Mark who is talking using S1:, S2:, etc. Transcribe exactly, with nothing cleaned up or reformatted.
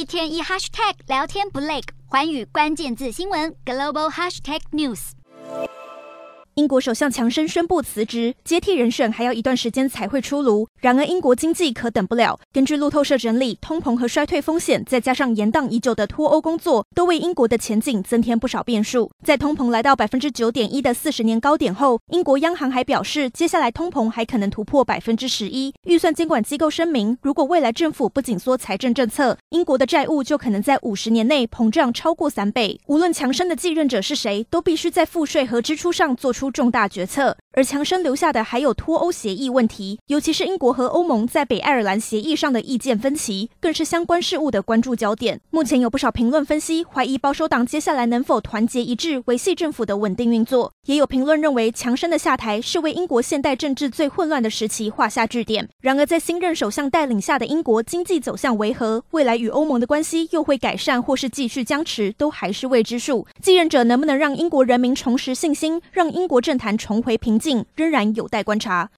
S1: 天一 hashtag 聊天不累，寰宇关键字新闻 global hashtag news。
S2: 英国首相强生宣布辞职，接替人选还要一段时间才会出炉。然而，英国经济可等不了。根据路透社整理，通膨和衰退风险，再加上延宕已久的脱欧工作，都为英国的前景增添不少变数。在通膨来到 百分之九点一 的四十年高点后，英国央行还表示，接下来通膨还可能突破 百分之十一。预算监管机构声明，如果未来政府不紧缩财政政策，英国的债务就可能在五十年内膨胀超过三倍。无论强生的继任者是谁，都必须在赋税和支出上做出重大决策。而强生留下的还有脱欧协议问题，尤其是英国和欧盟在北爱尔兰协议上的意见分歧，更是相关事务的关注焦点。目前有不少评论分析，怀疑保守党接下来能否团结一致，维系政府的稳定运作。也有评论认为，强生的下台是为英国现代政治最混乱的时期画下句点。然而，在新任首相带领下的英国经济走向为何，未来与欧盟的关系又会改善或是继续僵持，都还是未知数。继任者能不能让英国人民重拾信心，让英国政坛重回平静，仍然有待观察。